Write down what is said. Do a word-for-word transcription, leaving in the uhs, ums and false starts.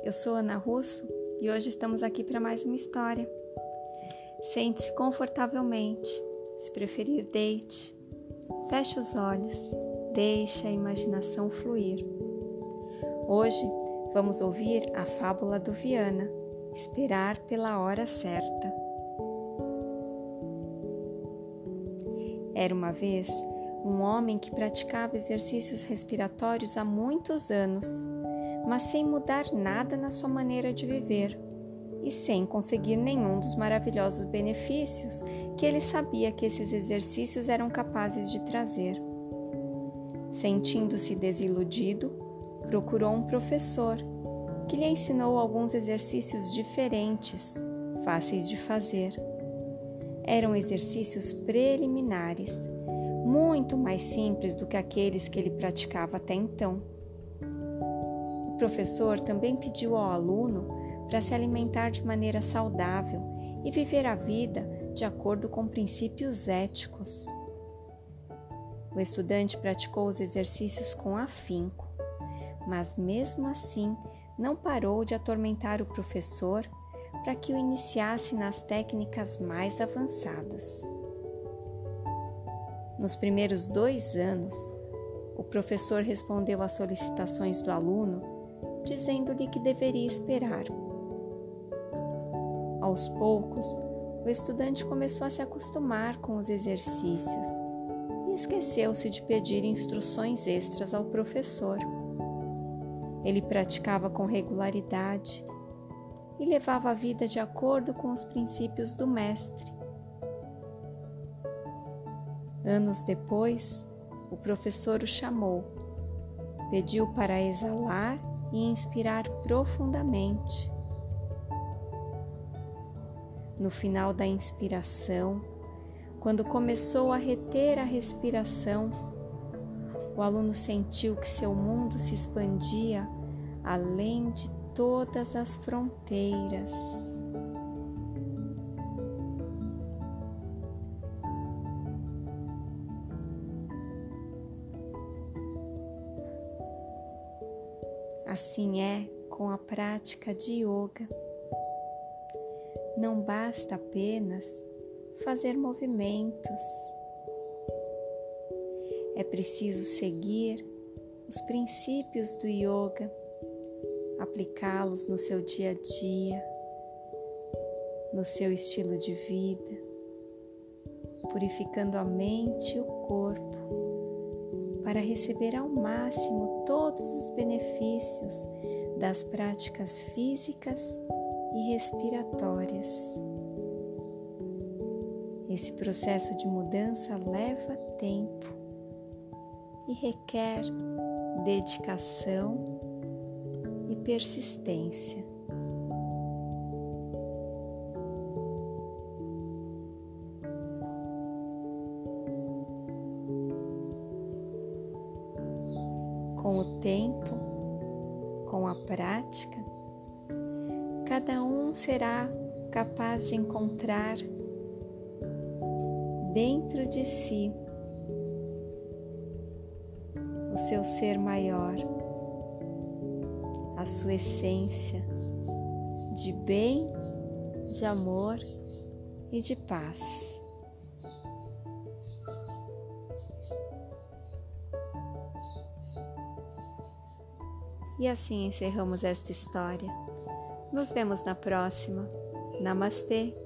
eu sou Ana Russo e hoje estamos aqui para mais uma história. Sente-se confortavelmente, se preferir deite, feche os olhos, deixe a imaginação fluir. Hoje vamos ouvir a fábula do Viana, Esperar pela Hora Certa. Era uma vez um homem que praticava exercícios respiratórios há muitos anos, mas sem mudar nada na sua maneira de viver e sem conseguir nenhum dos maravilhosos benefícios que ele sabia que esses exercícios eram capazes de trazer. Sentindo-se desiludido, procurou um professor que lhe ensinou alguns exercícios diferentes, fáceis de fazer. Eram exercícios preliminares, muito mais simples do que aqueles que ele praticava até então. O professor também pediu ao aluno para se alimentar de maneira saudável e viver a vida de acordo com princípios éticos. O estudante praticou os exercícios com afinco, mas mesmo assim não parou de atormentar o professor para que o iniciasse nas técnicas mais avançadas. Nos primeiros dois anos, o professor respondeu às solicitações do aluno, dizendo-lhe que deveria esperar. Aos poucos, o estudante começou a se acostumar com os exercícios e esqueceu-se de pedir instruções extras ao professor. Ele praticava com regularidade e levava a vida de acordo com os princípios do mestre. Anos depois, o professor o chamou, pediu para exalar e inspirar profundamente. No final da inspiração, quando começou a reter a respiração, o aluno sentiu que seu mundo se expandia além de todas as fronteiras. Assim é com a prática de yoga. Não basta apenas fazer movimentos. É preciso seguir os princípios do yoga, aplicá-los no seu dia a dia, no seu estilo de vida, purificando a mente e o corpo, para receber ao máximo todos os benefícios das práticas físicas e respiratórias. Esse processo de mudança leva tempo e requer dedicação e persistência. Com o tempo, com a prática, cada um será capaz de encontrar dentro de si o seu ser maior, a sua essência de bem, de amor e de paz. E assim encerramos esta história. Nos vemos na próxima. Namastê!